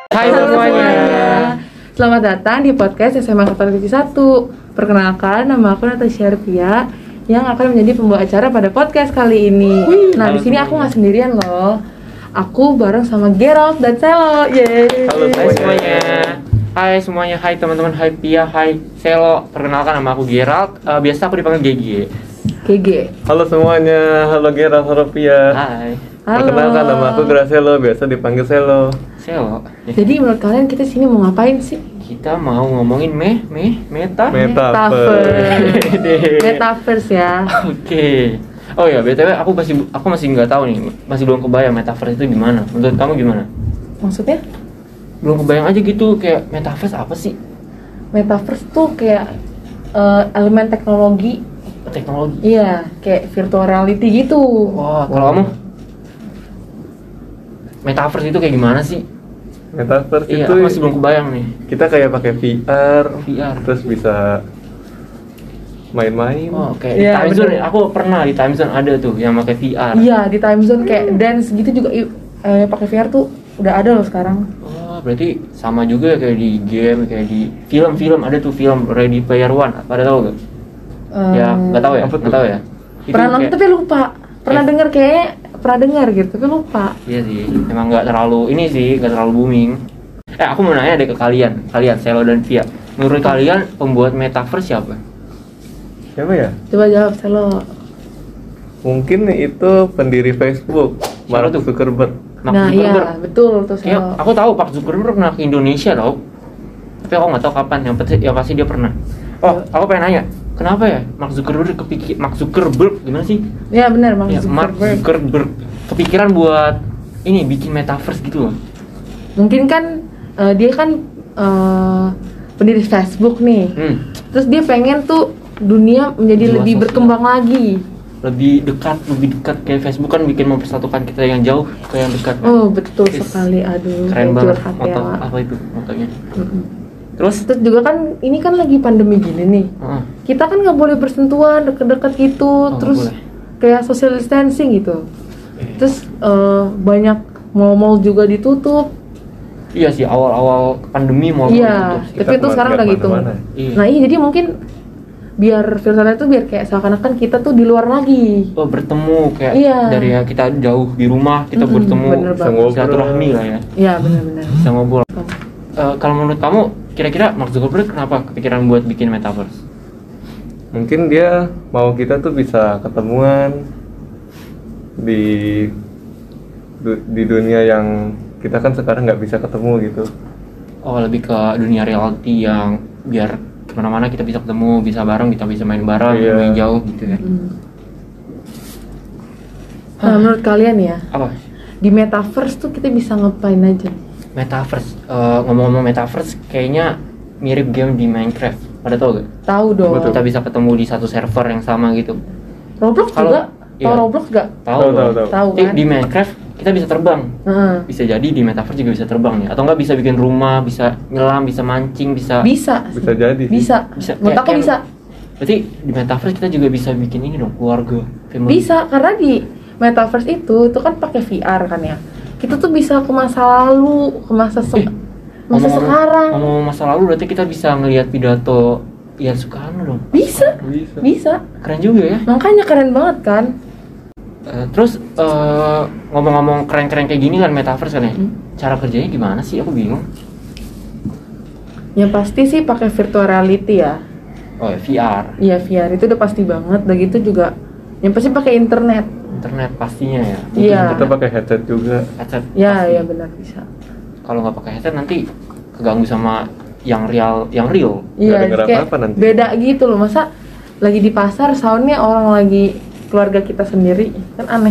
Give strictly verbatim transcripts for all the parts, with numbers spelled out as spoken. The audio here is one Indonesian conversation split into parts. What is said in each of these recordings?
Hai semuanya. Selamat datang di podcast S M A Angkatan Divisi satu. Perkenalkan, nama aku Natasha Arpia yang akan menjadi pembawa acara pada podcast kali ini. Wih, nah, di sini aku nggak sendirian loh. Aku bareng sama Gerald dan Selo. Yeay. Halo semuanya. Hai semuanya, hai teman-teman, hai Pia, hai Selo. Perkenalkan, nama aku Gerald. Uh, biasa aku dipanggil G G. G G. Halo semuanya, halo Gerald, halo Pia. Hai. Halo. Perkenalkan, nama aku Gracelo, biasa dipanggil Selo. Selo. Jadi menurut kalian kita sini mau ngapain sih? Kita mau ngomongin me, me, meta. Metaverse. Metaverse ya. Oke. Oh ya, B T W aku masih aku masih nggak tahu nih, masih belum kebayang metaverse itu gimana. Menurut kamu gimana? Maksudnya? Belum kebayang aja gitu, kayak metaverse apa sih? Metaverse tuh kayak uh, elemen teknologi. Teknologi. Iya, kayak virtual reality gitu. Wah, kalau kamu? Metaverse itu kayak gimana sih? Metaverse Iya, itu aku masih belum kebayang nih. kita kayak pakai V R, V R. terus bisa main-main. Oh, kayak Iya, di time zone. bener. Aku pernah di time zone ada tuh yang pakai V R. Iya, di time zone kayak dance gitu juga eh, pakai V R tuh udah ada loh sekarang. Oh, berarti sama juga kayak di game, kayak di film-film ada tuh film Ready Player One. Pada tahu gak? Eh, Ya, nggak tahu ya. apa tuh? Nggak tahu ya. Itu Pernah nonton kayak- tapi lupa. Pernah Kayak- dengar kayaknya pernah dengar gitu tapi lupa. Iya sih. Emang nggak terlalu ini sih, nggak terlalu booming. Eh, aku mau nanya deh ke kalian, kalian Selo dan Via. Menurut kalian pembuat metaverse siapa? Siapa ya? Coba jawab Selo. Mungkin itu pendiri Facebook, Mark tuh? Zuckerberg. Mark Nah, Zuckerberg. iya, betul tuh Kayak Selo. aku tahu Mark Zuckerberg pernah ke Indonesia tau. Tapi aku nggak tahu kapan. Yang pasti, yang pasti dia pernah. Oh, aku pengen nanya, kenapa ya Mark Zuckerberg kepikir Mark Zuckerberg gimana sih? Iya benar, Mark Ya, Mark Zuckerberg. Zuckerberg kepikiran buat ini bikin metaverse gitu loh. Mungkin kan eh, dia kan eh, pendiri Facebook nih. Hmm, Terus dia pengen tuh dunia menjadi Jiwa lebih sosial. berkembang lagi. lebih dekat, lebih dekat kayak Facebook kan bikin mempersatukan kita yang jauh ke yang dekat. kan? Oh, betul Yes. sekali. Aduh, Keren kayak banget curhat moto ya. apa itu motonya. Mm-mm. Terus Terus juga kan ini kan lagi pandemi gini nih. Heeh. Kita kan nggak boleh bersentuhan deket-deket gitu, Oh, nggak terus boleh. kayak social distancing gitu. Eh. Terus eh, banyak mall-mall juga ditutup. Iya sih awal-awal pandemi mau Iya, ditutup sih. tapi itu Kita sekarang udah kemana- gitu. mana-mana. Iya. Nah iya, jadi mungkin biar virtualnya itu biar kayak seakan-akan kita tuh di luar lagi. Oh, bertemu kayak Iya. dari ya kita jauh di rumah kita Mm-mm, bertemu bener Bisa banget. ngobrol. silaturahmi lah ya. Iya benar-benar. Bisa ngobrol. Eh, kalau menurut kamu kira-kira Mark Zuckerberg kenapa kepikiran buat bikin metaverse? Mungkin dia mau kita tuh bisa ketemuan di du- di dunia yang kita kan sekarang nggak bisa ketemu gitu. Oh, lebih ke dunia reality yang biar kemana-mana kita bisa ketemu, bisa bareng, kita bisa main bareng, Iya. main jauh gitu ya. Hmm. Nah, menurut kalian ya, Apa? di metaverse tuh kita bisa ngapain aja? Metaverse. Eh, ngomong-ngomong metaverse, kayaknya mirip game di Minecraft. Pada tahu gak? Tahu dong. Betul. Kita bisa ketemu di satu server yang sama gitu. Roblox Kalau- juga? Tahu iya. Roblox gak? Tahu Tahu, dong. tahu, tahu. Tahu Eh, kan? di Minecraft kita bisa terbang. Heeh. Bisa jadi di metaverse juga bisa terbang ya. Atau enggak bisa bikin rumah, bisa nyelam, bisa mancing, bisa. Bisa. Bisa jadi sih. Bisa. Bisa. Menurut Kayak- aku kayak- bisa. Berarti di metaverse kita juga bisa bikin ini dong, keluarga, family. Bisa karena di metaverse itu itu kan pakai V R kan ya. Kita tuh bisa ke masa lalu, ke masa se- Eh, masa Ngomong-ngomong- sekarang. Ngomong masa lalu berarti kita bisa ngelihat pidato Ian Soekarno dong. Bisa. Bisa. Bisa. Keren juga ya. Makanya keren banget kan? Eh, terus eh, ngomong-ngomong keren-keren kayak gini kan metaverse kan ya. Hmm. Cara kerjanya gimana sih? Aku bingung. Yang pasti sih pakai virtual reality ya. Oh ya, V R, Iya V R itu udah pasti banget. Dan gitu juga yang pasti pakai internet. internet pastinya ya. Iya. Kita pakai headset juga. Headset. Ya, pasti. ya benar bisa. Kalau nggak pakai headset nanti keganggu sama yang real, yang real. Iya, denger kayak apa-apa nanti. beda gitu loh. Masa lagi di pasar soundnya orang lagi keluarga kita sendiri kan aneh.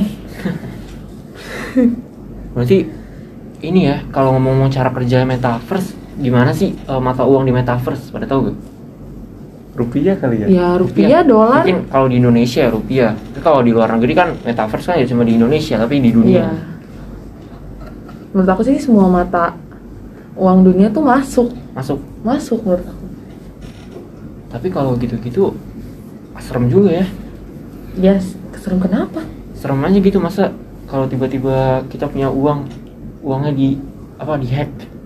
Berarti ini ya, kalau ngomong-ngomong cara kerja metaverse, gimana sih eh, mata uang di metaverse? Pada tahu gak? Rupiah kali ya? Ya rupiah, dolar. Mungkin kalau di Indonesia ya rupiah. Tapi kalau di luar negeri kan metaverse kan ya cuma di Indonesia, tapi di dunia. Iya. Menurut aku sih semua mata uang dunia tuh masuk, Masuk. masuk menurut aku. Tapi kalau gitu-gitu serem juga ya. Ya, serem kenapa? Serem aja gitu, masa kalau tiba-tiba kita punya uang, uangnya di apa di hack.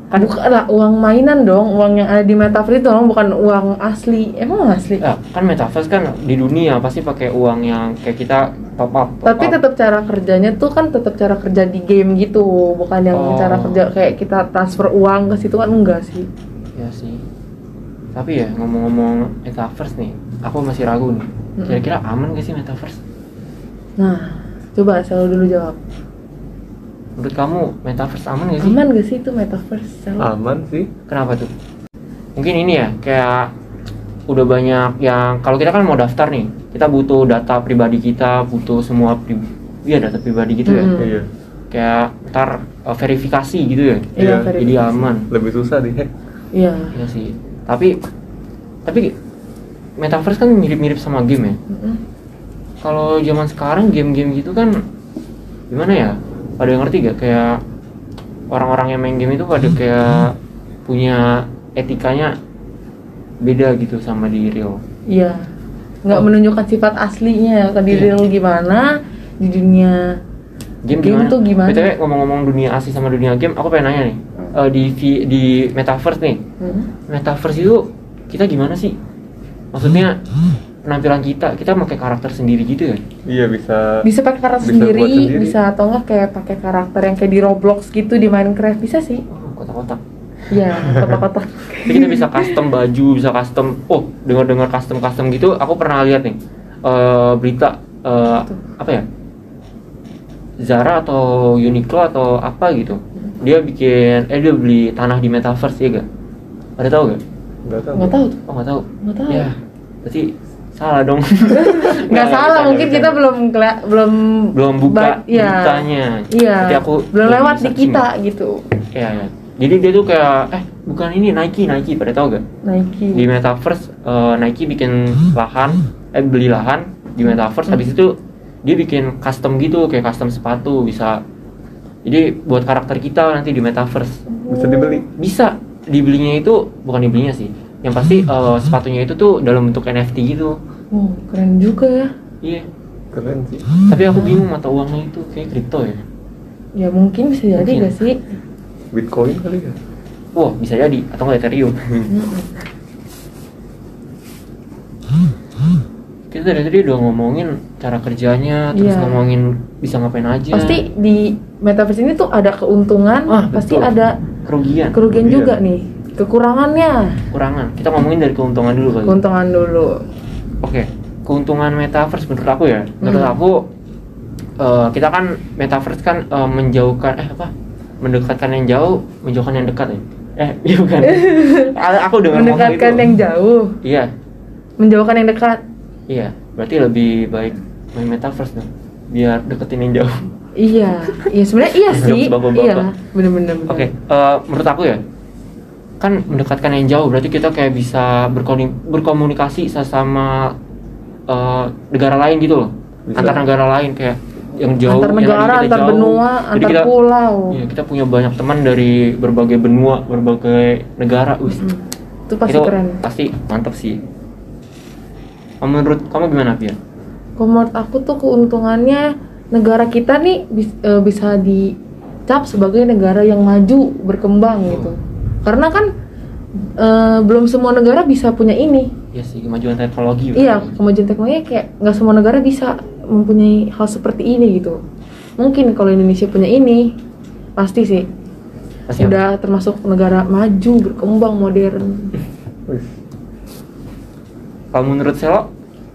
Kan Bukan lah, uang mainan dong, uang yang ada di metaverse itu dong, bukan uang asli. Emang uang asli? ya, kan metaverse kan di dunia pasti pakai uang yang kayak kita top up. top Tapi up. tetap cara kerjanya tuh kan tetap cara kerja di game gitu, bukan yang Oh. cara kerja kayak kita transfer uang ke situ kan enggak sih. Ya sih. Tapi ya ngomong-ngomong metaverse nih, aku masih ragu nih. Mm-mm. Kira-kira aman gak sih metaverse? Nah, coba selalu dulu jawab. Menurut kamu metaverse aman gak sih? Aman gak sih itu metaverse? Sel? Aman sih. Kenapa tuh? Mungkin ini ya, kayak udah banyak yang kalau kita kan mau daftar nih, kita butuh data pribadi kita, butuh semua pri, iya data pribadi gitu ya. Mm-mm. Iya. Kayak ntar uh, verifikasi gitu ya. Iya, Iya, Jadi aman. Lebih susah dihack. Iya. Iya sih. Tapi tapi metaverse kan mirip-mirip sama game ya. Mm-mm. Kalau zaman sekarang game-game gitu kan gimana ya? Pada yang ngerti gak kayak orang-orang yang main game itu pada kayak punya etikanya beda gitu sama di real. Iya. Nggak Oh. menunjukkan sifat aslinya ke di Iya. real gimana, di dunia Game, Game gimana? tuh gimana? B T W ngomong-ngomong dunia asli sama dunia game, aku pengen nanya nih. Eh, di vi- di metaverse nih. Hmm. Metaverse itu kita gimana sih? Maksudnya penampilan kita, kita pakai karakter sendiri gitu ya? Iya bisa. Bisa pakai karakter Bisa sendiri, buat sendiri. bisa atau enggak kayak pakai karakter yang kayak di Roblox gitu di Minecraft bisa sih. Oh, kotak-kotak. Iya, kotak-kotak. Jadi kita bisa custom baju, bisa custom. Oh, dengar-dengar custom-custom gitu, aku pernah lihat nih eh, berita eh, apa ya? Zara atau Uniqlo atau apa gitu. Dia bikin, eh dia beli tanah di metaverse ya gak? Ada tahu gak? Nggak tahu. Nggak tahu tuh. Oh nggak tahu. Nggak tahu. Ya, berarti salah dong. Nggak salah, mungkin kita belum kela- belum belum buka ba- iya. beritanya. Iya. Berarti aku belum lebih lewat di searching. kita gitu. Iya, ya. Jadi dia tuh kayak eh bukan ini Nike, Nike pada tahu gak? Nike. Di metaverse eh, Nike bikin lahan, eh beli lahan di metaverse. Habis itu dia bikin custom gitu, kayak custom sepatu bisa. Jadi buat karakter kita nanti di metaverse. Bisa dibeli. Bisa dibelinya itu bukan dibelinya sih. Yang pasti eh, sepatunya itu tuh dalam bentuk N F T gitu. Oh, keren juga ya. Iya. Keren sih. Tapi aku bingung mata uangnya itu kayak kripto ya. Ya mungkin bisa jadi Mungkin. gak sih? Bitcoin kali ya. Wah, bisa jadi atau nggak Ethereum. Kita dari tadi udah ngomongin cara kerjanya, terus Iya. ngomongin bisa ngapain aja. Pasti di metaverse ini tuh ada keuntungan, Ah, pasti betul. ada kerugian, kerugian Iya. juga nih. Kekurangannya, kurangan. Kita ngomongin dari keuntungan dulu kali. keuntungan dulu. Oke, keuntungan metaverse menurut aku ya. Menurut Hmm. aku eh, kita kan metaverse kan eh, menjauhkan eh apa? Mendekatkan yang jauh, menjauhkan yang dekat ya. Eh, iya bukan. A- aku dengar ngomong Mendekatkan itu. yang jauh, Iya, menjauhkan yang dekat. iya. Berarti lebih baik main metaverse dong. Biar deketin yang jauh. Iya, iya sebenarnya iya Jokes sih. bapak-bapak. Iya, bener-bener. bener. Oke, eh, menurut aku ya, kan mendekatkan yang jauh berarti kita kayak bisa berkoni- berkomunikasi sesama eh, negara lain gitu loh, Bisa. antar negara lain kayak yang jauh, Antar yang negara, tadi kita antar jauh. benua, Jadi antar kita, pulau. iya, kita punya banyak teman dari berbagai benua, berbagai negara. Wih, Mm. Itu pasti itu keren. pasti mantap sih. Kamu menurut kamu gimana, Pia? Kalau menurut aku tuh keuntungannya negara kita nih bis- eh, bisa dicap sebagai negara yang maju, berkembang gitu. Karena kan eh, belum semua negara bisa punya ini. Ya sih, kemajuan teknologi. Iya, kemajuan teknologi kayak nggak semua negara bisa mempunyai hal seperti ini gitu. Mungkin kalau Indonesia punya ini, pasti sih Pasti apa? udah termasuk negara maju, berkembang, modern. Wih. Kalau menurut Selo,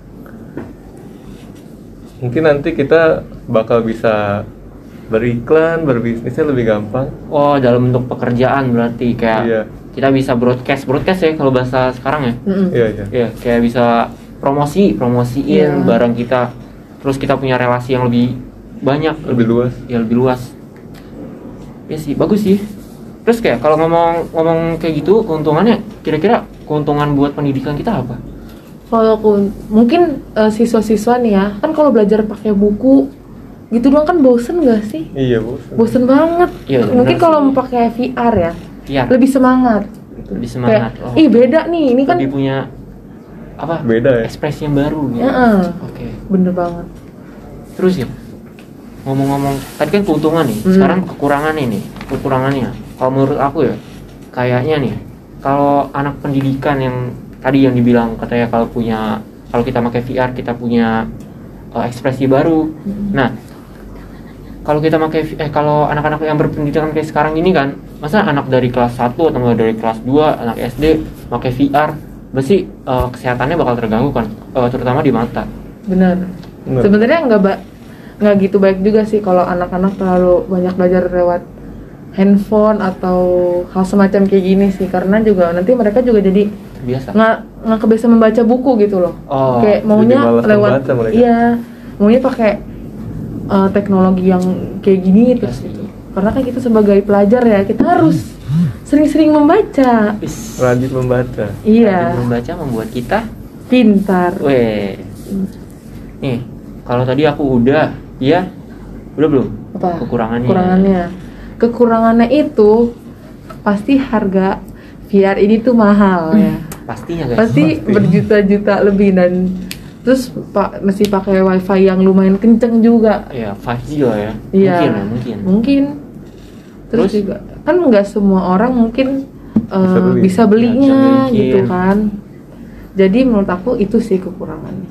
Mungkin nanti kita bakal bisa beriklan, berbisnisnya lebih gampang. oh dalam bentuk pekerjaan berarti kayak Iya. kita bisa broadcast, broadcast ya kalau bahasa sekarang ya. Mm-mm. Iya, iya. Iya, kayak bisa promosi, promosiin Iya. barang kita. Terus kita punya relasi yang lebih banyak, Lebih luas. Ya lebih luas. Ya sih, bagus sih. Terus kayak kalau ngomong ngomong kayak gitu, keuntungannya kira-kira keuntungan buat pendidikan kita apa? Kalau aku mungkin eh, siswa-siswa nih ya, kan kalau belajar pakai buku gitu doang kan bosen gak sih? Iya, bosan. Bosen banget. Iya, Mungkin benar kalau sih. mau pakai V R ya, Iya, lebih semangat. lebih semangat. Kayak, ih beda nih, ini kan. lebih punya apa? Beda ya? Ekspresi yang baru gitu. Heeh. Oke. Bener banget. Terus ya, ngomong-ngomong, tadi kan keuntungan nih, Hmm. sekarang kekurangan ini, kekurangannya. Kalau menurut aku ya, kayaknya nih kalau anak pendidikan yang tadi yang dibilang katanya kalau punya kalau kita pakai V R kita punya uh, ekspresi baru. Hmm. Nah, kalau kita pakai eh kalau anak-anak yang berpendidikan kayak sekarang ini kan, masa anak dari kelas satu atau dari kelas dua, anak S D pakai V R, pasti uh, kesehatannya bakal terganggu kan, uh, terutama di mata. Benar. Benar. Sebenarnya nggak ba- nggak gitu baik juga sih kalau anak-anak terlalu banyak belajar lewat handphone atau hal semacam kayak gini sih, karena juga nanti mereka juga jadi biasa nggak nggak kebiasa membaca buku gitu loh. Oh, kayak maunya lewat iya maunya pakai uh, teknologi yang kayak gini terus gitu. Karena kan kita sebagai pelajar ya kita harus sering-sering membaca. Rajin membaca. Iya. Rajin membaca membuat kita pintar. Weh. Nih, kalau tadi aku udah, ya, udah belum? Apa? Kekurangannya. Kekurangannya. Kekurangannya itu pasti harga V R ini tuh mahal ya. Pastinya guys. Pasti, Pasti berjuta-juta lebih dan terus pak mesti pakai wifi yang lumayan kenceng juga. Ya, lima G lah ya. Iya. Mungkin ya, mungkin. Mungkin. Terus, Terus juga kan nggak semua orang mungkin uh, bisa, beli. bisa belinya ya, bisa gitu kan. Jadi menurut aku itu sih kekurangannya.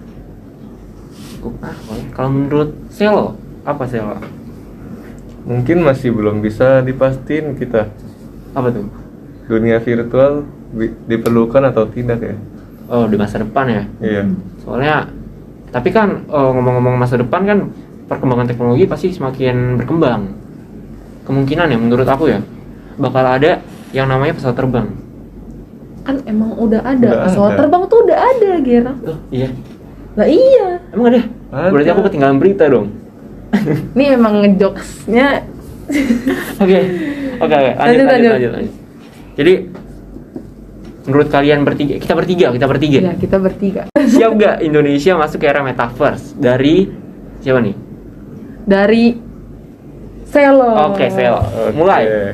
Ah, kalau menurut Selo, apa Selo? Mungkin masih belum bisa dipastiin kita. Apa tuh? Dunia virtual bi- diperlukan atau tidak ya? Oh, di masa depan ya? Iya. Soalnya, tapi kan oh, ngomong-ngomong masa depan kan perkembangan teknologi pasti semakin berkembang. Kemungkinan ya menurut aku ya bakal ada yang namanya pesawat terbang. Kan emang udah ada udah pesawat ada. terbang tuh udah ada, Gera. Oh, iya. Lah iya. Emang ada? Ada. Berarti aku ketinggalan berita dong. Ini emang ngejokesnya. Oke, oke, oke. Lanjut, lanjut, lanjut, lanjut. Jadi, menurut kalian bertiga, kita bertiga, kita bertiga. Ya, kita bertiga. Siap gak Indonesia masuk ke era metaverse? Dari siapa nih? Dari Selo. Oke, Selo. Mulai. Oke.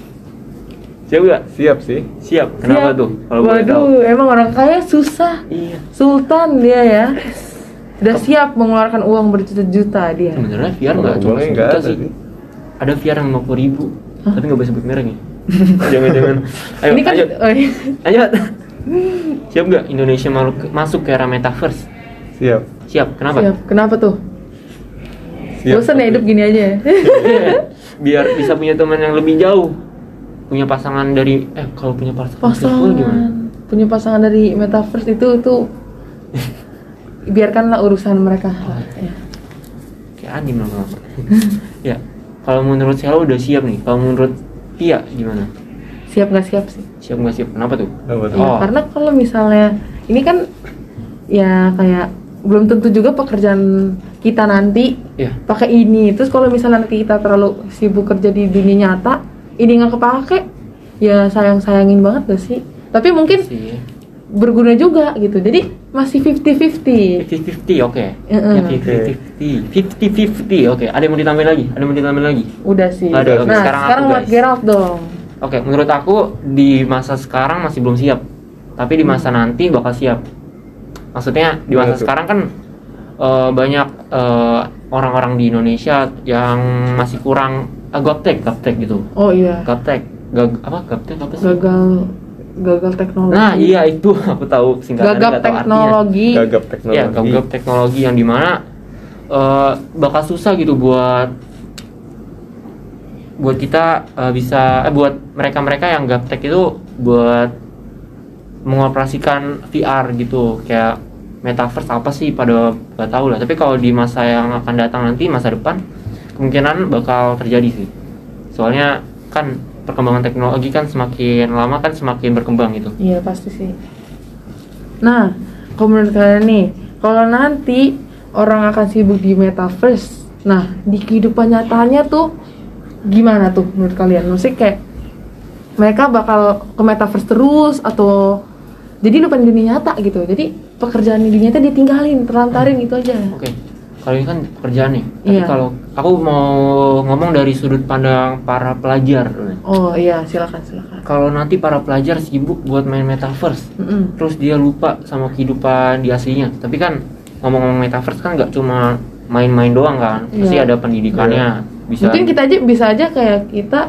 Siap gak? Siap sih. Siap. Kenapa Siap. tuh? Kalau boleh tahu. Waduh, emang orang kaya susah. Iya. Sultan dia ya. Udah siap mengeluarkan uang berjuta-juta dia. Sebenarnya V R nggak cuma sejuta sih. Ada V R yang lima puluh ribu, huh? Tapi nggak boleh sebut merek nih. Jangan-jangan. Ayo, ini kan, lanjut. Oh iya. Lanjut. Siap nggak Indonesia masuk ke era metaverse? Siap. Siap. Kenapa? Siap. Kenapa tuh? Siap. Bosan ya hidup gini aja ya. Biar bisa punya teman yang lebih jauh. Punya pasangan dari eh kalau punya pasangan, pasangan gimana? Punya pasangan dari metaverse itu tuh biarkanlah urusan mereka. Oh, ya. Kayak anim lama. Ya, kalau menurut saya udah siap nih. Kalau menurut Tia gimana? Siap nggak siap sih? Siap nggak siap? Kenapa tuh? Kenapa tuh? Ya, Oh. karena kalau misalnya ini kan ya kayak belum tentu juga pekerjaan kita nanti ya. pakai ini. Terus kalau misalnya nanti kita terlalu sibuk kerja di dunia nyata, ini nggak kepake, ya sayang-sayangin banget gak sih? Tapi mungkin sih. berguna juga gitu. Jadi masih fifty fifty. fifty fifty oke. Uh-uh. fifty fifty. fifty fifty oke. Ada yang mau ditambahin lagi? Ada yang mau ditambahin lagi? Udah sih. Ada. Oke, Nah, sekarang sekarang aku, buat guys. Gerald dong. Oke, menurut aku di masa sekarang masih belum siap. Tapi di masa nanti bakal siap. Maksudnya di masa Betul. sekarang kan uh, banyak uh, orang-orang di Indonesia yang masih kurang uh, gaptek, gaptek gitu. Oh iya. Gaptek, gag apa gaptek apa sih? Gagal gagal teknologi. Nah, iya itu aku tahu singkatannya. Gagap nggak tahu artinya. teknologi. Gagap teknologi. Ya, gagap teknologi yang dimana uh, bakal susah gitu buat buat kita uh, bisa eh, buat mereka-mereka yang gaptek itu buat mengoperasikan V R gitu, kayak metaverse apa sih pada nggak tahu lah. Tapi kalau di masa yang akan datang nanti, masa depan, kemungkinan bakal terjadi sih. Soalnya kan perkembangan teknologi kan semakin lama kan semakin berkembang gitu. Iya pasti sih. Nah, kalau menurut kalian nih, kalau nanti orang akan sibuk di metaverse, nah di kehidupan nyatanya tuh gimana tuh menurut kalian? Maksudnya kayak mereka bakal ke metaverse terus atau jadi lupa di dunia nyata gitu. Jadi pekerjaan di dunia nyata ditinggalin, terlantarin gitu aja. Oke. Kalau ini kan pekerjaan nih. Tapi Iya. kalau aku mau ngomong dari sudut pandang para pelajar. Oh iya, silakan silakan. Kalau nanti para pelajar sibuk buat main metaverse, Mm-mm. terus dia lupa sama kehidupan di aslinya. Tapi kan ngomong-ngomong metaverse kan nggak cuma main-main doang kan, pasti Iya. ada pendidikannya. Bisa. Mungkin kita aja bisa aja kayak kita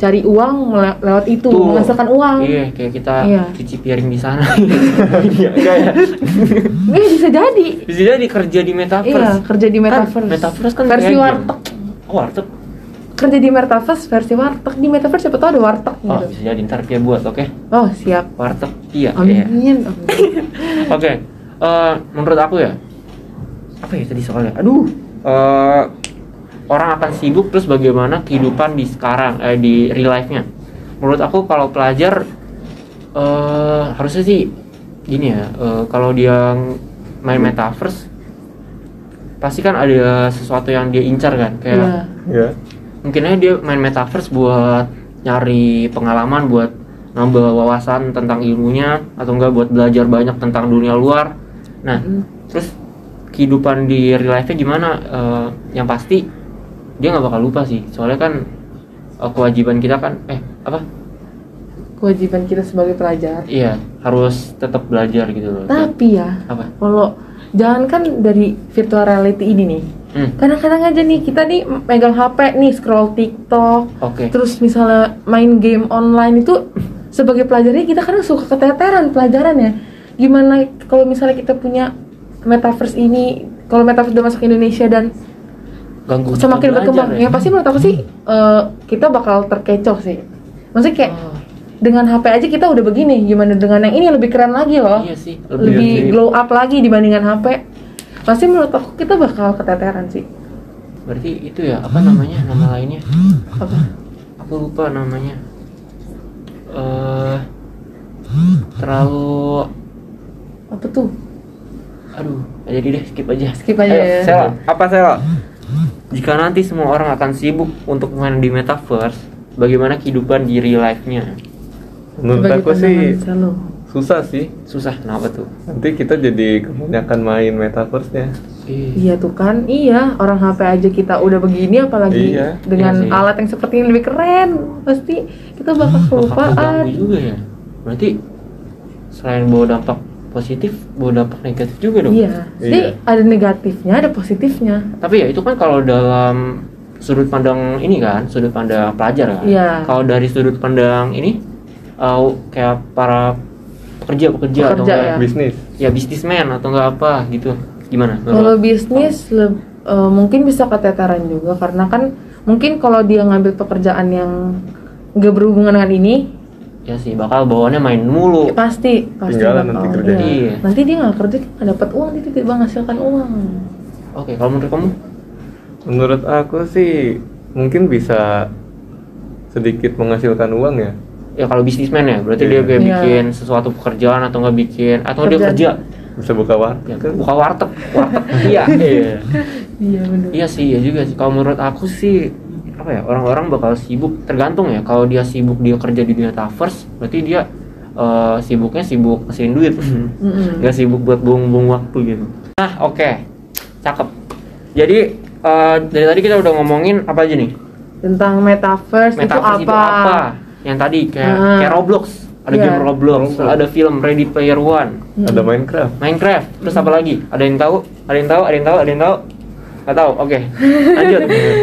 cari uang mele- lewat itu, Tuh. menghasilkan uang. Iya, kayak kita Iya. cuci piring di sana. Iya, enggak ya? Eh, bisa jadi. Bisa jadi kerja di metaverse. Iya, kerja di metaverse. Kan, metaverse kan versi kayak warteg. game. Oh, warteg. Kerja di metaverse versi warteg. Di metaverse siapa tahu ada warteg Oh, gitu. bisa jadi ntar dia buat, oke? Oh, siap. Warteg. Iya, iya. Amin. Amin. Oke. Eh, menurut aku ya. Apa ya tadi soalnya? Aduh. Eh, orang akan sibuk terus bagaimana kehidupan di sekarang eh di real life-nya. Menurut aku kalau pelajar eh harusnya sih gini ya, eh, kalau dia main metaverse pasti kan ada sesuatu yang dia incar kan, kayak Iya. Ya. mungkin aja dia main metaverse buat nyari pengalaman, buat nambah wawasan tentang ilmunya, atau enggak buat belajar banyak tentang dunia luar. Nah, Mm. terus kehidupan di real life-nya gimana? Eh, yang pasti dia nggak bakal lupa sih, soalnya kan eh, kewajiban kita kan eh apa? Kewajiban kita sebagai pelajar. Iya, harus tetap belajar gitu loh. Tapi ya, Apa? kalau jangan kan dari virtual reality ini nih. Hmm, Kadang-kadang aja nih kita nih megang H P nih scroll TikTok, oke. terus misalnya main game online itu sebagai pelajarnya kita kadang suka keteteran pelajarannya. Gimana kalau misalnya kita punya metaverse ini, kalau metaverse udah masuk ke Indonesia dan Ganggu semakin kita berkembang, belajar ya pasti menurut aku sih eh, kita bakal terkecoh sih. Maksudnya kayak Oh, dengan H P aja kita udah begini, gimana dengan yang ini lebih keren lagi loh, iya sih, lebih sih. glow up lagi dibandingkan H P. Pasti menurut aku kita bakal keteteran sih. Berarti itu ya, apa namanya? Nama lainnya? Apa? Aku lupa namanya. Eh terlalu Apa tuh? aduh, nggak jadi deh, skip aja. Skip aja Ayo, ya. Sela, apa Sela? Jika nanti semua orang akan sibuk untuk main di metaverse, bagaimana kehidupan di real life-nya? Menurut Sebagai aku sih pandangan selalu. susah sih. Susah, kenapa tuh? Nanti kita jadi kebanyakan main metaverse-nya. Iya tuh kan, iya orang H P aja kita udah begini, apalagi Iya, dengan iya sih. alat yang seperti ini lebih keren, pasti kita bakal Bakal kelupaan. keganggu juga ya. Berarti selain bawa dampak positif, bawa dampak negatif juga dong. Iya, jadi Iya. ada negatifnya, ada positifnya. Tapi ya itu kan kalau dalam sudut pandang ini kan, sudut pandang pelajar kan. Iya. Kalau dari sudut pandang ini, uh, kayak para pekerja-pekerja atau Pekerja, enggak, ya. Bisnis. ya bisnismen atau enggak apa gitu, gimana? Kalau bisnis leb- eh, mungkin bisa keteteran juga karena kan mungkin kalau dia ngambil pekerjaan yang nggak berhubungan dengan ini, Ya sih, bakal bawaannya main mulu. pasti pasti Tinggalan bakal, nanti kerjanya. iya. Iya. Nanti dia nggak kerja, nggak dapat uang, dia tidak menghasilkan uang. Oke, kalau menurut kamu? Menurut aku sih mungkin bisa sedikit menghasilkan uang ya. Ya kalau bisnismen ya, berarti Iya. dia kayak Iya. bikin sesuatu pekerjaan atau enggak bikin, atau dia Kerjaan. kerja, Bisa buka warteg. ya, kan? buka warteg, warteg. Iya, iya. Iya benar. Iya sih, ya juga sih. Kalau menurut aku sih apa ya, orang-orang bakal sibuk, tergantung ya. Kalau dia sibuk dia kerja di metaverse, berarti dia eh, sibuknya sibuk ngasihin duit, Mm-mm. nggak sibuk buat buang-buang waktu gitu. Nah, oke, cakep. Jadi eh, dari tadi kita udah ngomongin apa aja nih? Tentang metaverse, Metaverse itu itu apa? apa? Yang tadi kayak Ah. kayak Roblox, ada Iya. game Roblox, Roblox. ada film Ready Player One, Mm-mm. Ada Minecraft. Minecraft, terus apa lagi? Ada yang tahu? Ada yang tahu? Ada yang tahu? Ada yang tahu? Nggak tahu. Oke, lanjut.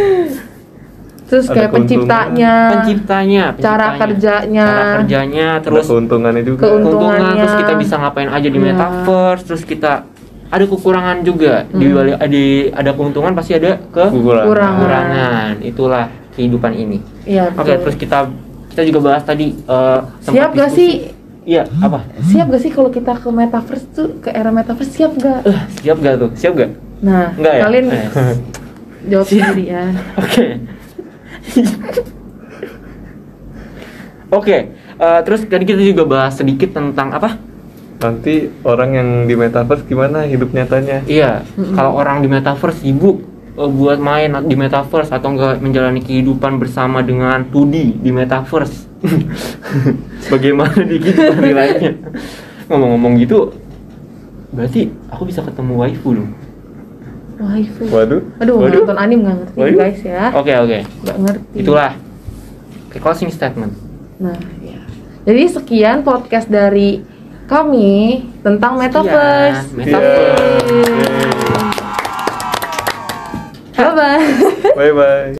Terus Ada kayak keuntungan. penciptanya, Penciptanya, cara penciptanya, kerjanya, cara kerjanya, terus Ada keuntungannya juga. Keuntungan. keuntungan, terus keuntungannya. kita bisa ngapain aja di Iya. metaverse, terus kita ada kekurangan juga di Hmm. balik ada ada keuntungan pasti ada Kekurangan. Kurang. kekurangan. Itulah kehidupan ini. Iya. Oke, betul. terus kita kita juga bahas tadi eh, sempat Siap gak diskusi. sih? Iya, apa? Siap gak sih kalau kita ke metaverse tuh, ke era metaverse, siap gak? Eh, siap gak tuh? Siap gak? Nah, Enggak ya? kalian Eh. jawab Siap. sendiri ya. Oke. Oke, eh, terus tadi kita juga bahas sedikit tentang apa? Nanti orang yang di metaverse gimana hidup nyatanya? Iya, kalau orang di metaverse sibuk eh, buat main di metaverse atau enggak menjalani kehidupan bersama dengan two D di metaverse. Bagaimana di kehidupan di lainnya? Ngomong-ngomong gitu, berarti aku bisa ketemu waifu dong. Waifu. Waduh. Aduh, nggak Waduh. nonton anime nggak ngerti Waduh. guys ya. Oke, oke. Nggak ngerti. Itulah. Oke, closing statement. Nah, ya. Jadi sekian podcast dari kami tentang metaverse. Sekian, metaverse. Yeay. Bye bye. Bye bye.